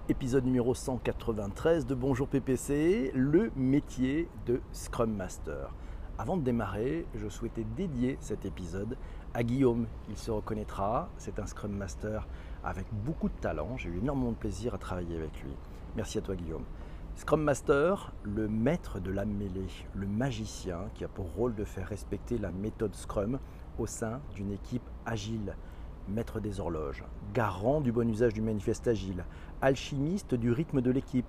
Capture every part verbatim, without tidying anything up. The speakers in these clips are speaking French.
Épisode numéro cent quatre-vingt-treize de Bonjour P P C, le métier de Scrum Master. Avant de démarrer, je souhaitais dédier cet épisode à Guillaume. Il se reconnaîtra, c'est un Scrum Master avec beaucoup de talent. J'ai eu énormément de plaisir à travailler avec lui. Merci à toi Guillaume. Scrum Master, le maître de la mêlée, le magicien qui a pour rôle de faire respecter la méthode Scrum au sein d'une équipe agile. Maître des horloges, garant du bon usage du manifeste agile, alchimiste du rythme de l'équipe,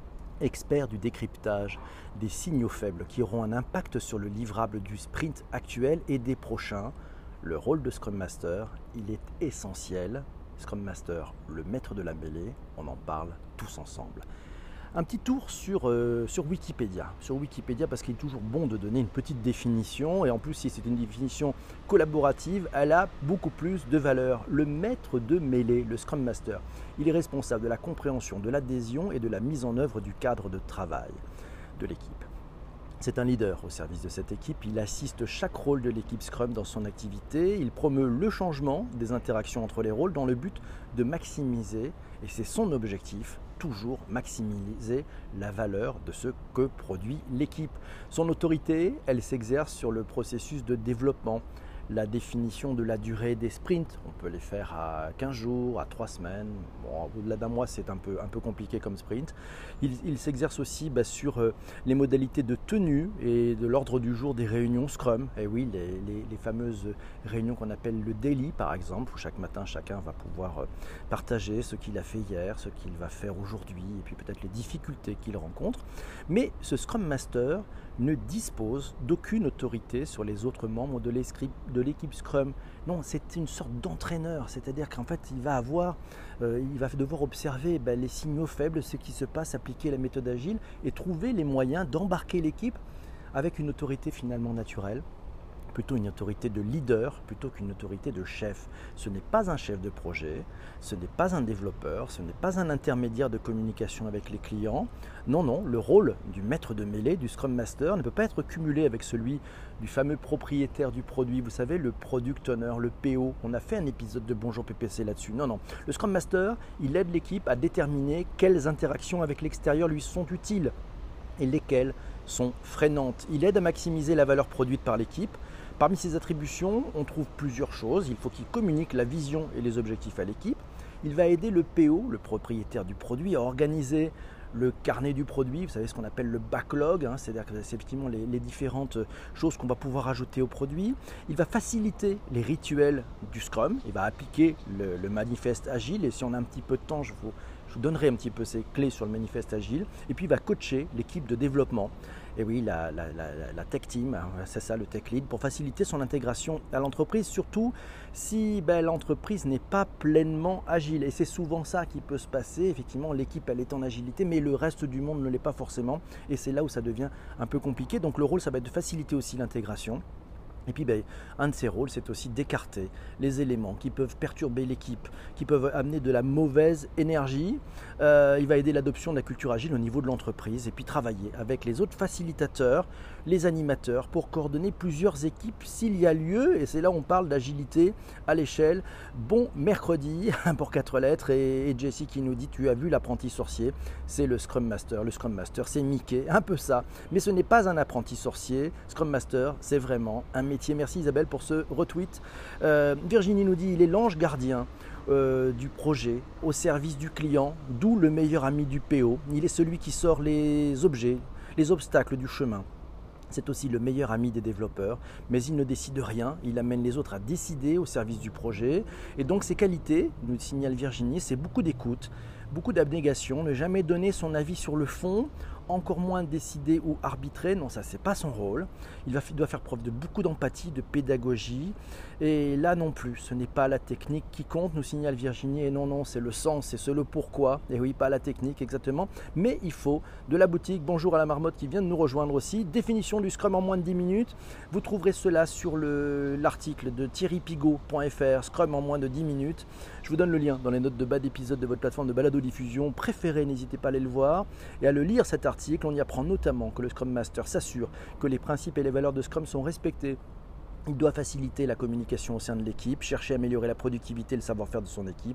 expert du décryptage des signaux faibles qui auront un impact sur le livrable du sprint actuel et des prochains. Le rôle de Scrum Master, il est essentiel. Scrum Master, le maître de la mêlée, on en parle tous ensemble. Un petit tour sur, euh, sur Wikipédia. Sur Wikipédia parce qu'il est toujours bon de donner une petite définition et en plus si c'est une définition collaborative, elle a beaucoup plus de valeur. Le maître de mêlée, le Scrum Master, il est responsable de la compréhension, de l'adhésion et de la mise en œuvre du cadre de travail de l'équipe. C'est un leader au service de cette équipe, il assiste chaque rôle de l'équipe Scrum dans son activité, il promeut le changement des interactions entre les rôles dans le but de maximiser, et c'est son objectif, toujours maximiser la valeur de ce que produit l'équipe. Son autorité, elle s'exerce sur le processus de développement, la définition de la durée des sprints. On peut les faire à quinze jours, à trois semaines. Bon, au-delà d'un mois, c'est un peu, un peu compliqué comme sprint. Il, il s'exerce aussi bah, sur euh, les modalités de tenue et de l'ordre du jour des réunions Scrum. Et oui, les, les, les fameuses réunions qu'on appelle le daily, par exemple, où chaque matin, chacun va pouvoir euh, partager ce qu'il a fait hier, ce qu'il va faire aujourd'hui, et puis peut-être les difficultés qu'il rencontre. Mais ce Scrum Master ne dispose d'aucune autorité sur les autres membres de l'équipe Scrum. Non, c'est une sorte d'entraîneur, c'est-à-dire qu'en fait, il va avoir, euh, il va devoir observer ben, les signaux faibles, ce qui se passe, appliquer la méthode agile et trouver les moyens d'embarquer l'équipe avec une autorité finalement naturelle. Plutôt une autorité de leader plutôt qu'une autorité de chef. Ce n'est pas un chef de projet, ce n'est pas un développeur, ce n'est pas un intermédiaire de communication avec les clients. Non, non, le rôle du maître de mêlée, du Scrum Master, ne peut pas être cumulé avec celui du fameux propriétaire du produit. Vous savez, le Product Owner, le P O. On a fait un épisode de Bonjour P P C là-dessus. Non, non. Le Scrum Master, il aide l'équipe à déterminer quelles interactions avec l'extérieur lui sont utiles et lesquelles sont freinantes. Il aide à maximiser la valeur produite par l'équipe. Parmi ses attributions, on trouve plusieurs choses. Il faut qu'il communique la vision et les objectifs à l'équipe. Il va aider le P O, le propriétaire du produit, à organiser le carnet du produit, vous savez ce qu'on appelle le backlog, hein, c'est-à-dire que c'est effectivement les, les différentes choses qu'on va pouvoir ajouter au produit. Il va faciliter les rituels du Scrum, il va appliquer le, le manifeste agile et si on a un petit peu de temps, je vous, je vous donnerai un petit peu ces clés sur le manifeste agile. Et puis il va coacher l'équipe de développement. Et oui, la, la, la, la tech team, c'est ça le tech lead, pour faciliter son intégration à l'entreprise, surtout si ben, l'entreprise n'est pas pleinement agile. Et c'est souvent ça qui peut se passer. Effectivement, l'équipe elle est en agilité, mais le reste du monde ne l'est pas forcément. Et c'est là où ça devient un peu compliqué. Donc le rôle, ça va être de faciliter aussi l'intégration. Et puis ben, un de ses rôles, c'est aussi d'écarter les éléments qui peuvent perturber l'équipe, qui peuvent amener de la mauvaise énergie. Euh, il va aider l'adoption de la culture agile au niveau de l'entreprise et puis travailler avec les autres facilitateurs, les animateurs, pour coordonner plusieurs équipes s'il y a lieu. Et c'est là où on parle d'agilité à l'échelle. Bon mercredi pour quatre lettres et, et Jessie qui nous dit « Tu as vu l'apprenti sorcier ?» C'est le Scrum Master. Le Scrum Master, c'est Mickey, un peu ça. Mais ce n'est pas un apprenti sorcier. Scrum Master, c'est vraiment un métier. Merci Isabelle pour ce retweet. Euh, Virginie nous dit il est l'ange gardien euh, du projet au service du client, d'où le meilleur ami du P O. Il est celui qui sort les objets, les obstacles du chemin. C'est aussi le meilleur ami des développeurs, mais il ne décide rien, il amène les autres à décider au service du projet. Et donc ses qualités, nous signale Virginie, c'est beaucoup d'écoute, beaucoup d'abnégation, ne jamais donner son avis sur le fond, encore moins décider ou arbitrer, non ça c'est pas son rôle. Il, va, il doit faire preuve de beaucoup d'empathie, de pédagogie, et là non plus, ce n'est pas la technique qui compte, nous signale Virginie, et non non c'est le sens, c'est le pourquoi, et oui pas la technique exactement, mais il faut de la boutique. Bonjour à la marmotte qui vient de nous rejoindre aussi, définition du Scrum en moins de dix minutes, vous trouverez cela sur l'article de thierry pigot point f r, Scrum en moins de dix minutes, je vous donne le lien dans les notes de bas d'épisode de votre plateforme de balado-diffusion préférée, n'hésitez pas à aller le voir et à le lire cet article. On y apprend notamment que le Scrum Master s'assure que les principes et les valeurs de Scrum sont respectés. Il doit faciliter la communication au sein de l'équipe, chercher à améliorer la productivité et le savoir-faire de son équipe.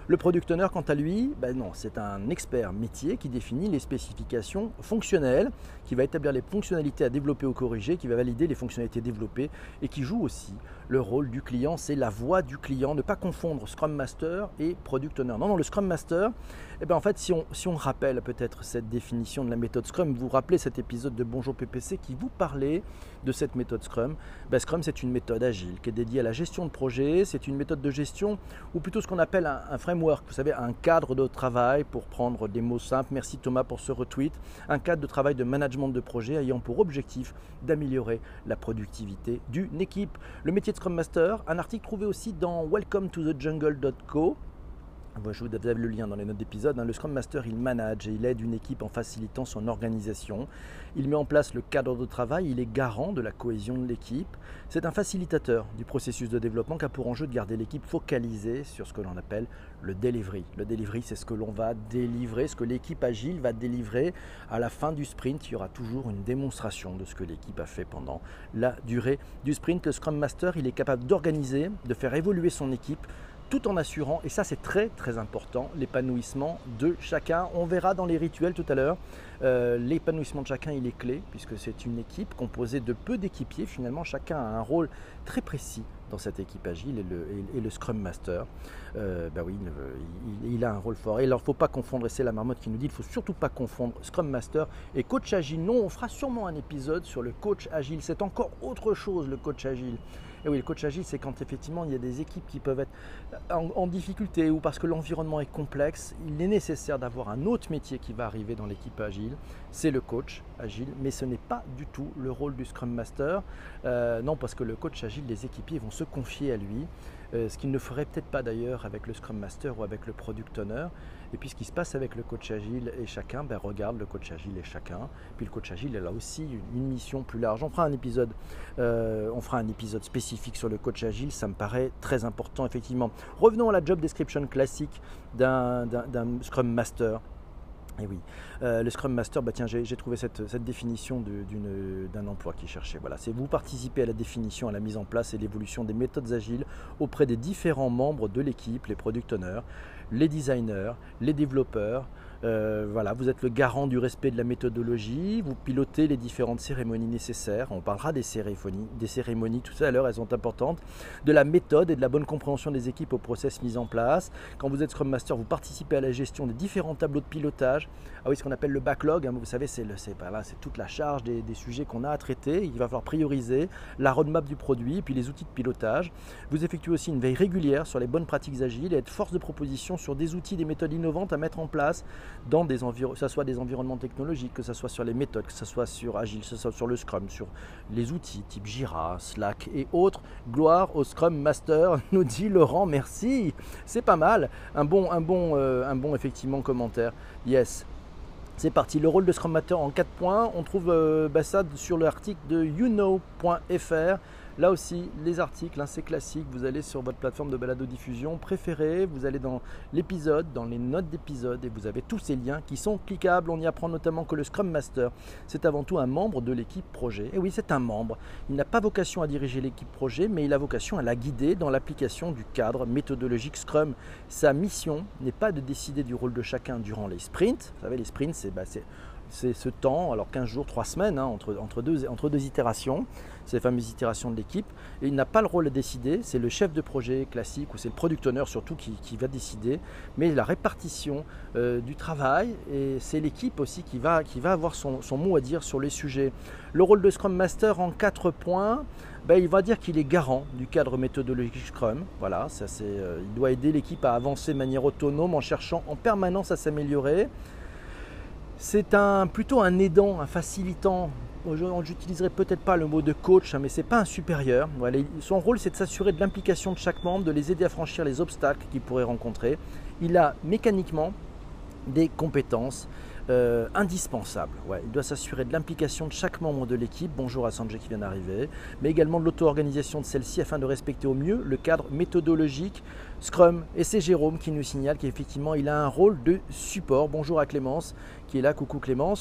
Le Product Owner, quant à lui, ben non, c'est un expert métier qui définit les spécifications fonctionnelles, qui va établir les fonctionnalités à développer ou corriger, qui va valider les fonctionnalités développées et qui joue aussi le rôle du client. C'est la voix du client. Ne pas confondre Scrum Master et Product Owner. Non, non, le Scrum Master, eh ben en fait, si on, si on rappelle peut-être cette définition de la méthode Scrum, vous vous rappelez cet épisode de Bonjour P P C qui vous parlait de cette méthode Scrum. Ben, Scrum, c'est une méthode agile qui est dédiée à la gestion de projet. C'est une méthode de gestion, ou plutôt ce qu'on appelle un, un framework, vous savez, un cadre de travail, pour prendre des mots simples. Merci Thomas pour ce retweet. Un cadre de travail de management de projet ayant pour objectif d'améliorer la productivité d'une équipe. Le métier de Scrum Master, un article trouvé aussi dans welcome to the jungle dot co. Je vous avez le lien dans les notes d'épisode. Le Scrum Master, il manage et il aide une équipe en facilitant son organisation. Il met en place le cadre de travail, il est garant de la cohésion de l'équipe. C'est un facilitateur du processus de développement qui a pour enjeu de garder l'équipe focalisée sur ce que l'on appelle le delivery. Le delivery, c'est ce que l'on va délivrer, ce que l'équipe agile va délivrer à la fin du sprint. Il y aura toujours une démonstration de ce que l'équipe a fait pendant la durée du sprint. Le Scrum Master, il est capable d'organiser, de faire évoluer son équipe, tout en assurant, et ça c'est très très important, l'épanouissement de chacun. On verra dans les rituels tout à l'heure, euh, l'épanouissement de chacun il est clé, puisque c'est une équipe composée de peu d'équipiers. Finalement, chacun a un rôle très précis dans cette équipe agile, et le, et, et le Scrum Master, euh, ben oui, il, il a un rôle fort. Et alors, il ne faut pas confondre, et c'est la marmotte qui nous dit, il ne faut surtout pas confondre Scrum Master et coach agile. Non, on fera sûrement un épisode sur le coach agile. C'est encore autre chose, le coach agile. Et oui, le coach agile, c'est quand effectivement il y a des équipes qui peuvent être en, en difficulté, ou parce que l'environnement est complexe. Il est nécessaire d'avoir un autre métier qui va arriver dans l'équipe agile. C'est le coach agile, mais ce n'est pas du tout le rôle du Scrum Master. Euh, non, parce que le coach agile, les équipiers vont se confier à lui, euh, ce qu'ils ne feraient peut-être pas d'ailleurs avec le Scrum Master ou avec le Product Owner. Et puis ce qui se passe avec le coach agile et chacun, ben regarde le coach agile et chacun. Puis le coach agile, il a aussi une, une mission plus large. On fera un épisode, euh, on fera un épisode spécifique sur le coach agile, ça me paraît très important effectivement. Revenons à la job description classique d'un, d'un, d'un Scrum Master. Et oui, euh, le Scrum Master, bah tiens, j'ai, j'ai trouvé cette, cette définition de, d'une, d'un emploi qui cherchait. Voilà, c'est vous participez à la définition, à la mise en place et l'évolution des méthodes agiles auprès des différents membres de l'équipe, les product owners, les designers, les développeurs. Euh, voilà, vous êtes le garant du respect de la méthodologie, vous pilotez les différentes cérémonies nécessaires. On parlera des cérémonies, des cérémonies tout ça à l'heure, elles sont importantes, de la méthode et de la bonne compréhension des équipes au process mis en place. Quand vous êtes Scrum Master, vous participez à la gestion des différents tableaux de pilotage. Ah oui, ce qu'on appelle le backlog, hein, vous savez, c'est, le, c'est, voilà, c'est toute la charge des, des sujets qu'on a à traiter. Il va falloir prioriser la roadmap du produit et puis les outils de pilotage. Vous effectuez aussi une veille régulière sur les bonnes pratiques agiles et être force de proposition sur des outils, des méthodes innovantes à mettre en place dans des environnements, que ce soit des environnements technologiques, que ce soit sur les méthodes, que ce soit sur Agile, que ce soit sur le Scrum, sur les outils type Jira, Slack et autres. Gloire au Scrum Master, nous dit Laurent, merci. C'est pas mal, un bon, un bon, euh, un bon effectivement commentaire. Yes. C'est parti, le rôle de Scrum Master en quatre points. On trouve euh, bah, ça sur l'article de you know point f r. Là aussi, les articles, hein, c'est classique. Vous allez sur votre plateforme de balado-diffusion préférée, vous allez dans l'épisode, dans les notes d'épisode, et vous avez tous ces liens qui sont cliquables. On y apprend notamment que le Scrum Master, c'est avant tout un membre de l'équipe projet. Et oui, c'est un membre. Il n'a pas vocation à diriger l'équipe projet, mais il a vocation à la guider dans l'application du cadre méthodologique Scrum. Sa mission n'est pas de décider du rôle de chacun durant les sprints. Vous savez, les sprints, c'est... Bah, c'est C'est ce temps, alors quinze jours, trois semaines, hein, entre, entre, deux, entre deux itérations, ces fameuses itérations de l'équipe. Et il n'a pas le rôle de décider, c'est le chef de projet classique, ou c'est le product owner surtout qui, qui va décider. Mais la répartition euh, du travail, et c'est l'équipe aussi qui va, qui va avoir son, son mot à dire sur les sujets. Le rôle de Scrum Master en quatre points, ben, il va dire qu'il est garant du cadre méthodologique Scrum. Voilà, ça, c'est, euh, il doit aider l'équipe à avancer de manière autonome en cherchant en permanence à s'améliorer. C'est un, plutôt un aidant, un facilitant. J'utiliserai peut-être pas le mot de coach, hein, mais ce n'est pas un supérieur. Voilà, son rôle, c'est de s'assurer de l'implication de chaque membre, de les aider à franchir les obstacles qu'ils pourraient rencontrer. Il a mécaniquement des compétences euh, indispensables. Ouais, il doit s'assurer de l'implication de chaque membre de l'équipe. Bonjour à Sanjay qui vient d'arriver. Mais également de l'auto-organisation de celle-ci afin de respecter au mieux le cadre méthodologique Scrum. Et c'est Jérôme qui nous signale qu'effectivement, il a un rôle de support. Bonjour à Clémence qui est là. Coucou Clémence.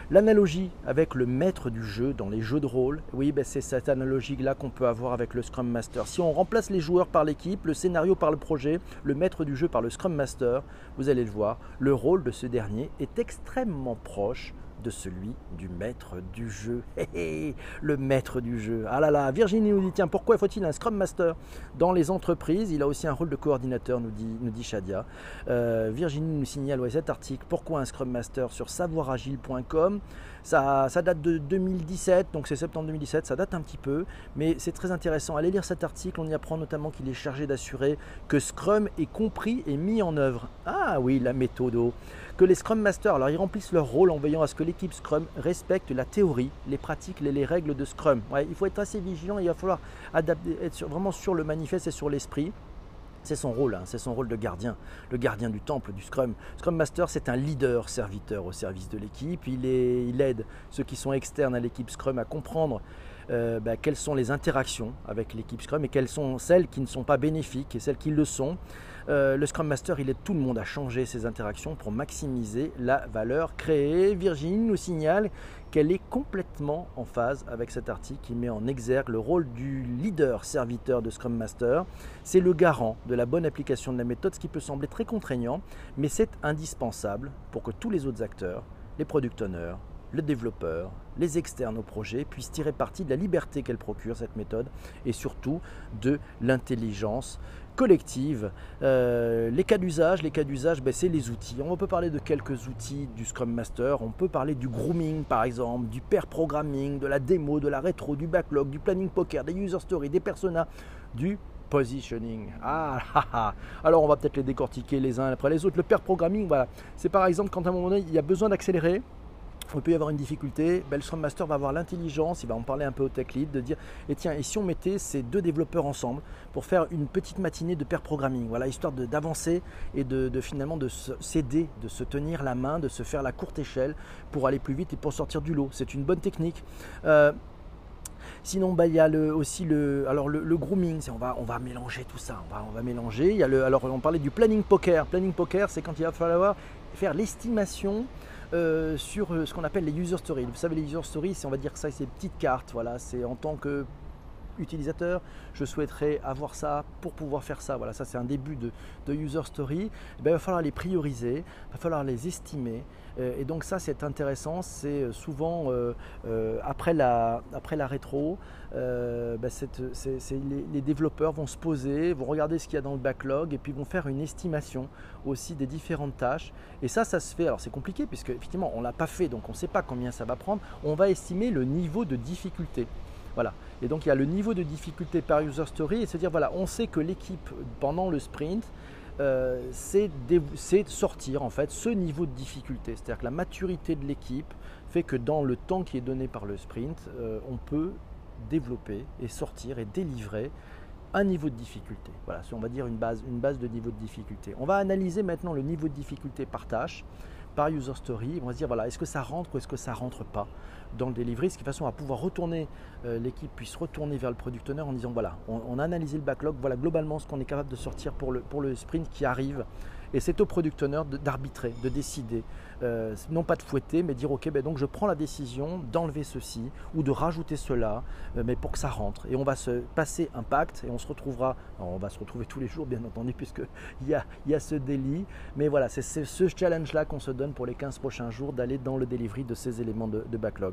L'analogie avec le maître du jeu dans les jeux de rôle, oui, ben c'est cette analogie-là qu'on peut avoir avec le Scrum Master. Si on remplace les joueurs par l'équipe, le scénario par le projet, le maître du jeu par le Scrum Master, vous allez le voir, le rôle de ce dernier est extrêmement proche de celui du maître du jeu. Hé hé, le maître du jeu. Ah là là, Virginie nous dit, tiens, pourquoi faut-il un Scrum Master dans les entreprises? Il a aussi un rôle de coordinateur, nous dit, nous dit Shadia. Euh, Virginie nous signale ouais, cet article, pourquoi un Scrum Master sur savoir agile point com. Ça, ça date de deux mille dix-sept, donc c'est septembre deux mille dix-sept, ça date un petit peu, mais c'est très intéressant. Allez lire cet article, on y apprend notamment qu'il est chargé d'assurer que Scrum est compris et mis en œuvre. Ah oui, la méthode. Que les Scrum Masters, alors ils remplissent leur rôle en veillant à ce que l'équipe Scrum respecte la théorie, les pratiques et les règles de Scrum. Ouais, il faut être assez vigilant, il va falloir adapter, être sur, vraiment sur le manifeste et sur l'esprit. C'est son rôle, hein, c'est son rôle de gardien, le gardien du temple du Scrum. Scrum Master, c'est un leader serviteur au service de l'équipe. Il, est, il aide ceux qui sont externes à l'équipe Scrum à comprendre euh, bah, quelles sont les interactions avec l'équipe Scrum et quelles sont celles qui ne sont pas bénéfiques et celles qui le sont. Euh, le Scrum Master, il aide tout le monde à changer ses interactions pour maximiser la valeur créée. Virginie nous signale qu'elle est complètement en phase avec cet article qui met en exergue le rôle du leader serviteur de Scrum Master. C'est le garant de la bonne application de la méthode, ce qui peut sembler très contraignant, mais c'est indispensable pour que tous les autres acteurs, les product owners, le développeur, les externes au projet puissent tirer parti de la liberté qu'elle procure cette méthode et surtout de l'intelligence collective. Euh, les cas d'usage, les cas d'usage, ben, c'est les outils. On peut parler de quelques outils du Scrum Master. On peut parler du grooming par exemple, du pair programming, de la démo, de la rétro, du backlog, du planning poker, des user stories, des personas, du positioning. Ah, ah, ah. Alors on va peut-être les décortiquer les uns après les autres. Le pair programming, voilà, c'est par exemple quand à un moment donné il y a besoin d'accélérer. Il peut y avoir une difficulté, ben, le Scrum Master va avoir l'intelligence, il va en parler un peu au tech lead, de dire et tiens, et si on mettait ces deux développeurs ensemble pour faire une petite matinée de pair programming, voilà, histoire d'avancer et de, de finalement de s'aider, de se tenir la main, de se faire la courte échelle pour aller plus vite et pour sortir du lot. C'est une bonne technique. Euh, Sinon, bah, il y a le, aussi le, alors le, le grooming, on va, on va mélanger tout ça, on va, on va mélanger. Il y a le, alors on parlait du planning poker. Planning poker, c'est quand il va falloir faire l'estimation Euh, sur euh, ce qu'on appelle les user stories. Vous savez, les user stories, c'est, on va dire que ça, c'est des petites cartes. Voilà, c'est en tant que utilisateur, je souhaiterais avoir ça pour pouvoir faire ça. Voilà, ça c'est un début de, de user story. Eh bien, il va falloir les prioriser, il va falloir les estimer. Euh, et donc ça, c'est intéressant. C'est souvent euh, euh, après, la, après la rétro, euh, ben c'est, c'est, c'est les, les développeurs vont se poser, vont regarder ce qu'il y a dans le backlog et puis vont faire une estimation aussi des différentes tâches. Et ça, ça se fait. Alors c'est compliqué puisque effectivement, on ne l'a pas fait, donc on ne sait pas combien ça va prendre. On va estimer le niveau de difficulté. Voilà. Et donc il y a le niveau de difficulté par user story et se dire voilà, on sait que l'équipe pendant le sprint, euh, c'est sortir en fait ce niveau de difficulté. C'est-à-dire que la maturité de l'équipe fait que dans le temps qui est donné par le sprint, euh, on peut développer et sortir et délivrer un niveau de difficulté. Voilà, on va dire une base, une base de niveau de difficulté. On va analyser maintenant le niveau de difficulté par tâche, par user story. On va se dire voilà, est-ce que ça rentre ou est-ce que ça rentre pas dans le delivery, ce qui de façon à pouvoir retourner, euh, l'équipe puisse retourner vers le product owner en disant voilà, on, on a analysé le backlog, voilà globalement ce qu'on est capable de sortir pour le, pour le sprint qui arrive. Et c'est au product owner d'arbitrer, de, de décider, euh, non pas de fouetter, mais dire ok, ben donc je prends la décision d'enlever ceci ou de rajouter cela, euh, mais pour que ça rentre. Et on va se passer un pacte et on se retrouvera, alors on va se retrouver tous les jours bien entendu puisqu'il y a, il y a ce délit. Mais voilà, c'est ce challenge-là qu'on se donne pour les quinze prochains jours d'aller dans le delivery de ces éléments de, de backlog.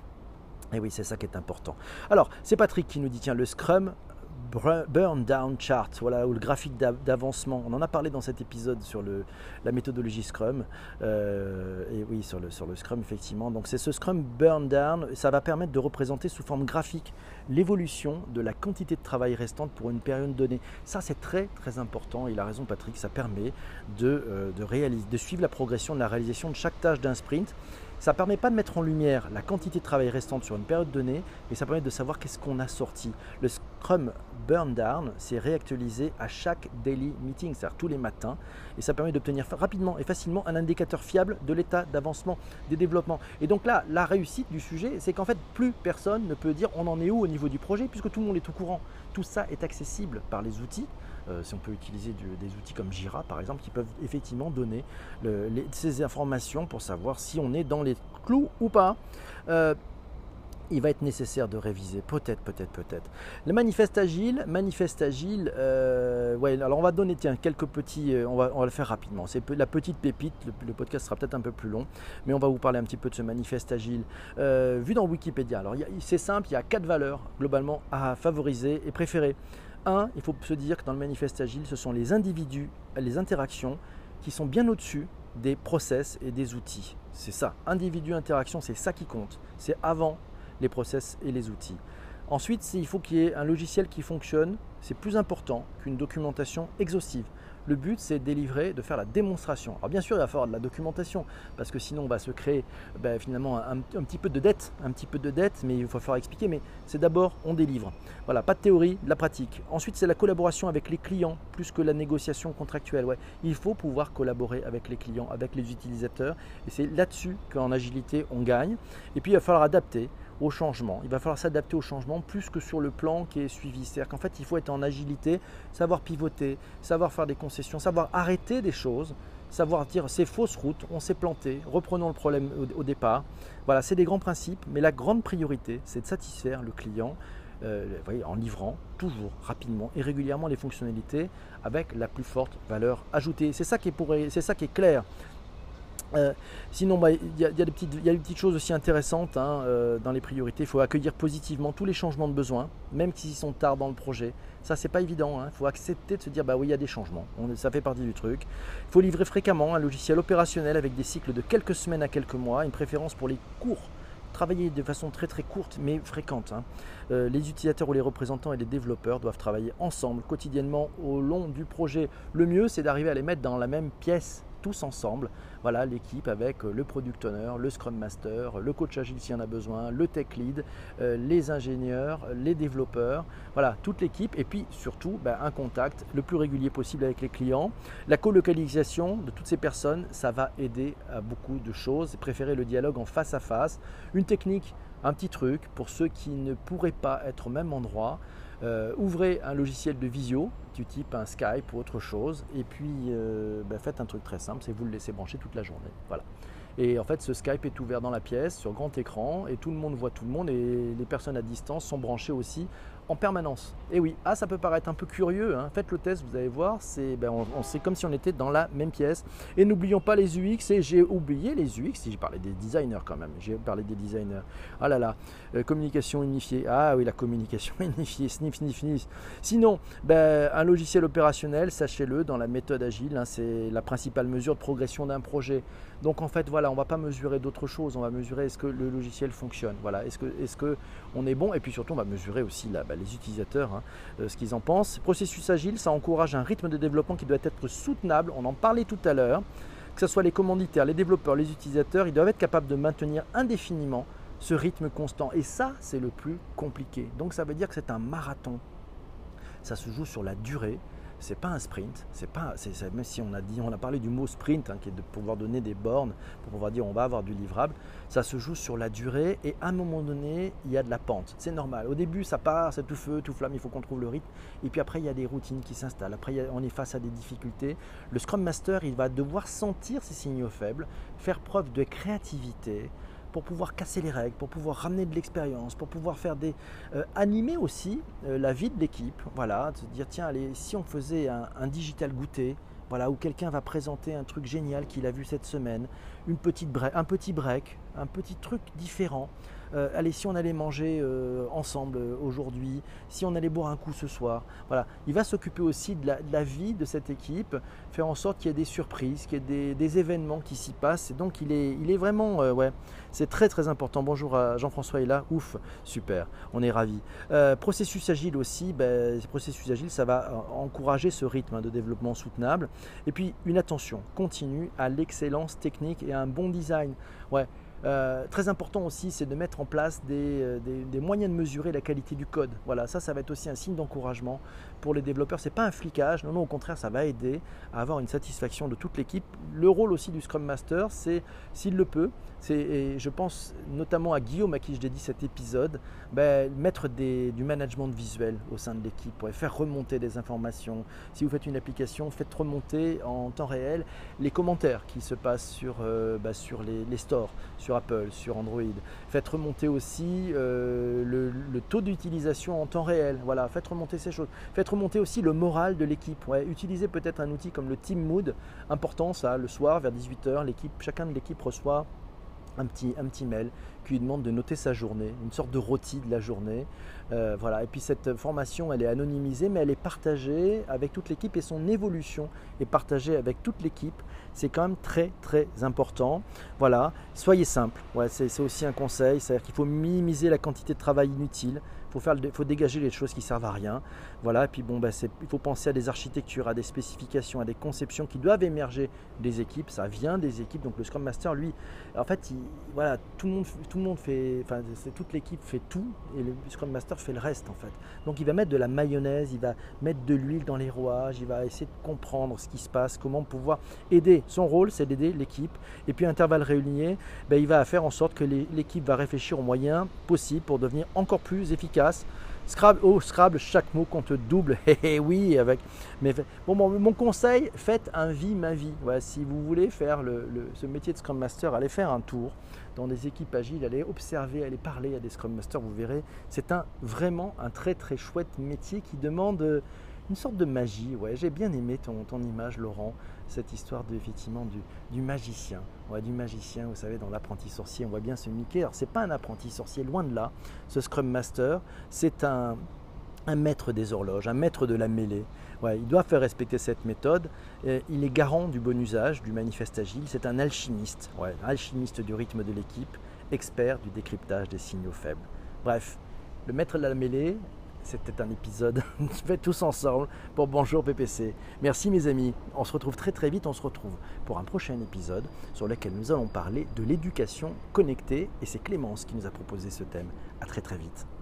Et oui, c'est ça qui est important. Alors, c'est Patrick qui nous dit tiens, le Scrum Burn Down Chart, voilà, ou le graphique d'avancement. On en a parlé dans cet épisode sur le, la méthodologie Scrum. Euh, et oui, sur le, sur le Scrum, effectivement. Donc, c'est ce Scrum Burn Down. Ça va permettre de représenter sous forme graphique l'évolution de la quantité de travail restante pour une période donnée. Ça, c'est très, très important. Il a raison, Patrick. Ça permet de, euh, de, réaliser, de suivre la progression de la réalisation de chaque tâche d'un sprint. Ça ne permet pas de mettre en lumière la quantité de travail restante sur une période donnée, mais ça permet de savoir qu'est-ce qu'on a sorti. Le Scrum Burn Down, c'est réactualisé à chaque daily meeting, c'est-à-dire tous les matins, et ça permet d'obtenir rapidement et facilement un indicateur fiable de l'état d'avancement des développements. Et donc là, la réussite du sujet, c'est qu'en fait, plus personne ne peut dire on en est où au niveau du projet, puisque tout le monde est au courant. Tout ça est accessible par les outils. Euh, si on peut utiliser du, des outils comme Jira par exemple, qui peuvent effectivement donner le, les, ces informations pour savoir si on est dans les clous ou pas. Euh, il va être nécessaire de réviser, peut-être, peut-être, peut-être. Le manifeste agile, manifeste agile, euh, ouais, alors on va donner tiens, quelques petits, euh, on, va, on va le faire rapidement. C'est la petite pépite, le, le podcast sera peut-être un peu plus long, mais on va vous parler un petit peu de ce manifeste agile. Euh, vu dans Wikipédia, alors c'est simple, il y a quatre valeurs globalement à favoriser et préférer. Un, il faut se dire que dans le manifeste agile, ce sont les individus, les interactions qui sont bien au-dessus des process et des outils. C'est ça, individu, interaction, c'est ça qui compte. C'est avant les process et les outils. Ensuite, il faut qu'il y ait un logiciel qui fonctionne. C'est plus important qu'une documentation exhaustive. Le but, c'est de délivrer, de faire la démonstration. Alors bien sûr, il va falloir de la documentation, parce que sinon, on va se créer ben, finalement un, un petit peu de dette, un petit peu de dette, mais il va falloir expliquer. Mais c'est d'abord, on délivre. Voilà, pas de théorie, de la pratique. Ensuite, c'est la collaboration avec les clients, plus que la négociation contractuelle. Ouais, il faut pouvoir collaborer avec les clients, avec les utilisateurs, et c'est là-dessus qu'en agilité, on gagne. Et puis, il va falloir adapter au changement. Il va falloir s'adapter au changement plus que sur le plan qui est suivi. C'est-à-dire qu'en fait, il faut être en agilité, savoir pivoter, savoir faire des concessions, savoir arrêter des choses, savoir dire c'est fausse route, on s'est planté, reprenons le problème au, au départ. Voilà, c'est des grands principes, mais la grande priorité, c'est de satisfaire le client euh, vous voyez, en livrant toujours, rapidement et régulièrement les fonctionnalités avec la plus forte valeur ajoutée. C'est ça qui est, pour, c'est ça qui est clair. Euh, sinon, bah, il y, y, y a des petites choses aussi intéressantes hein, euh, dans les priorités. Il faut accueillir positivement tous les changements de besoin, même s'ils sont tard dans le projet. Ça, c'est pas évident. Il hein. faut accepter de se dire bah oui, il y a des changements. On, ça fait partie du truc. Il faut livrer fréquemment un logiciel opérationnel avec des cycles de quelques semaines à quelques mois, une préférence pour les courts. Travailler de façon très très courte mais fréquente. Hein. Euh, les utilisateurs ou les représentants et les développeurs doivent travailler ensemble quotidiennement au long du projet. Le mieux, c'est d'arriver à les mettre dans la même pièce tous ensemble. Voilà l'équipe avec le product owner, le scrum master, le coach agile s'il y en a besoin, le tech lead, euh, les ingénieurs, les développeurs, voilà toute l'équipe et puis surtout ben, un contact le plus régulier possible avec les clients. La colocalisation de toutes ces personnes, ça va aider à beaucoup de choses. Préférez le dialogue en face à face. Une technique, un petit truc pour ceux qui ne pourraient pas être au même endroit. Euh, ouvrez un logiciel de visio du type un Skype ou autre chose et puis euh, ben faites un truc très simple, c'est vous le laissez brancher toute la journée. Voilà. Et en fait ce Skype est ouvert dans la pièce sur grand écran et tout le monde voit tout le monde et les personnes à distance sont branchées aussi en permanence. Et oui, ah, ça peut paraître un peu curieux, hein. Faites le test, vous allez voir, c'est ben, on, on, c'est comme si on était dans la même pièce. Et n'oublions pas les U X, et j'ai oublié les U X, si j'ai parlé des designers quand même, j'ai parlé des designers. Ah là là, euh, communication unifiée, ah oui, la communication unifiée, sniff, sniff, sniff. Sinon, ben, un logiciel opérationnel, sachez-le, dans la méthode agile, hein, c'est la principale mesure de progression d'un projet. Donc en fait, voilà, on ne va pas mesurer d'autres choses, on va mesurer est-ce que le logiciel fonctionne, voilà, est-ce que, est-ce que on est bon, et puis surtout on va mesurer aussi là, ben, les utilisateurs, hein, euh, ce qu'ils en pensent. Processus agile, ça encourage un rythme de développement qui doit être soutenable, on en parlait tout à l'heure, que ce soit les commanditaires, les développeurs, les utilisateurs, ils doivent être capables de maintenir indéfiniment ce rythme constant, et ça c'est le plus compliqué. Donc ça veut dire que c'est un marathon, ça se joue sur la durée. C'est pas un sprint, c'est pas, c'est, c'est, même si on a, dit, on a parlé du mot sprint, hein, qui est de pouvoir donner des bornes, pour pouvoir dire on va avoir du livrable, ça se joue sur la durée et à un moment donné, il y a de la pente. C'est normal. Au début, ça part, c'est tout feu, tout flamme, il faut qu'on trouve le rythme. Et puis après, il y a des routines qui s'installent. Après, il y a, on est face à des difficultés. Le Scrum Master, il va devoir sentir ces signaux faibles, faire preuve de créativité, pour pouvoir casser les règles, pour pouvoir ramener de l'expérience, pour pouvoir faire des euh, animer aussi euh, la vie de l'équipe. Voilà, de se dire tiens, allez, si on faisait un, un digital goûter, voilà, où quelqu'un va présenter un truc génial qu'il a vu cette semaine, une petite break, un petit break, un petit truc différent. Euh, allez, si on allait manger euh, ensemble euh, aujourd'hui, si on allait boire un coup ce soir, voilà, il va s'occuper aussi de la, de la vie de cette équipe, faire en sorte qu'il y ait des surprises, qu'il y ait des, des événements qui s'y passent. Et donc il est, il est vraiment, euh, ouais, c'est très très important. Bonjour à Jean-François est là, ouf, super, on est ravis. Euh, processus agile aussi, ben, processus agile, ça va encourager ce rythme de développement soutenable. Et puis une attention continue à l'excellence technique et à un bon design. Ouais. Euh, très important aussi, c'est de mettre en place des, des, des moyens de mesurer la qualité du code. Voilà, ça, ça va être aussi un signe d'encouragement pour les développeurs. Ce n'est pas un flicage, non, non, au contraire, ça va aider à avoir une satisfaction de toute l'équipe. Le rôle aussi du Scrum Master, c'est, s'il le peut, c'est, et je pense notamment à Guillaume à qui je dédie cet épisode, ben, mettre des, du management visuel au sein de l'équipe pour faire remonter des informations. Si vous faites une application, faites remonter en temps réel les commentaires qui se passent sur, euh, ben, sur les, les stores, sur Apple, sur Android. Faites remonter aussi euh, le, le taux d'utilisation en temps réel. Voilà, faites remonter ces choses. Faites remonter aussi le moral de l'équipe. Ouais, utilisez peut-être un outil comme le Team Mood. Important ça, le soir vers dix-huit heures, l'équipe, chacun de l'équipe reçoit un petit, un petit mail qui lui demande de noter sa journée, une sorte de rôti de la journée. Euh, voilà. Et puis cette formation, elle est anonymisée, mais elle est partagée avec toute l'équipe et son évolution est partagée avec toute l'équipe. C'est quand même très très important. Voilà, soyez simple. Ouais, c'est, c'est aussi un conseil, c'est-à-dire qu'il faut minimiser la quantité de travail inutile. Il faut, faut dégager les choses qui ne servent à rien. Voilà, et puis bon, ben c'est, il faut penser à des architectures, à des spécifications, à des conceptions qui doivent émerger des équipes. Ça vient des équipes. Donc le Scrum Master, lui, en fait, il, voilà, tout le monde, tout le monde fait, enfin, c'est, toute l'équipe fait tout et le Scrum Master fait le reste en fait. Donc il va mettre de la mayonnaise, il va mettre de l'huile dans les rouages, il va essayer de comprendre ce qui se passe, comment pouvoir aider. Son rôle, c'est d'aider l'équipe. Et puis, à intervalles réguliers, ben, il va faire en sorte que les, l'équipe va réfléchir aux moyens possibles pour devenir encore plus efficace. Scrabble, oh Scrabble, chaque mot compte double. Eh oui, avec. Mais bon, mon, mon conseil, faites un vie ma vie. Voilà, si vous voulez faire le, le, ce métier de Scrum Master, allez faire un tour dans des équipes agiles, allez observer, allez parler à des Scrum Masters. Vous verrez, c'est un vraiment un très très chouette métier qui demande une sorte de magie. Ouais, j'ai bien aimé ton, ton image, Laurent, cette histoire de, effectivement du, du magicien. Ouais, du magicien, vous savez, dans l'apprenti sorcier, on voit bien ce Mickey. Alors, ce n'est pas un apprenti sorcier, loin de là. Ce Scrum Master, c'est un, un maître des horloges, un maître de la mêlée. Ouais, il doit faire respecter cette méthode. Et il est garant du bon usage, du manifeste agile. C'est un alchimiste, ouais, un alchimiste du rythme de l'équipe, expert du décryptage des signaux faibles. Bref, le maître de la mêlée, c'était un épisode fait tous ensemble pour Bonjour P P C. Merci mes amis, on se retrouve très très vite, on se retrouve pour un prochain épisode sur lequel nous allons parler de l'éducation connectée et c'est Clémence qui nous a proposé ce thème. À très très vite.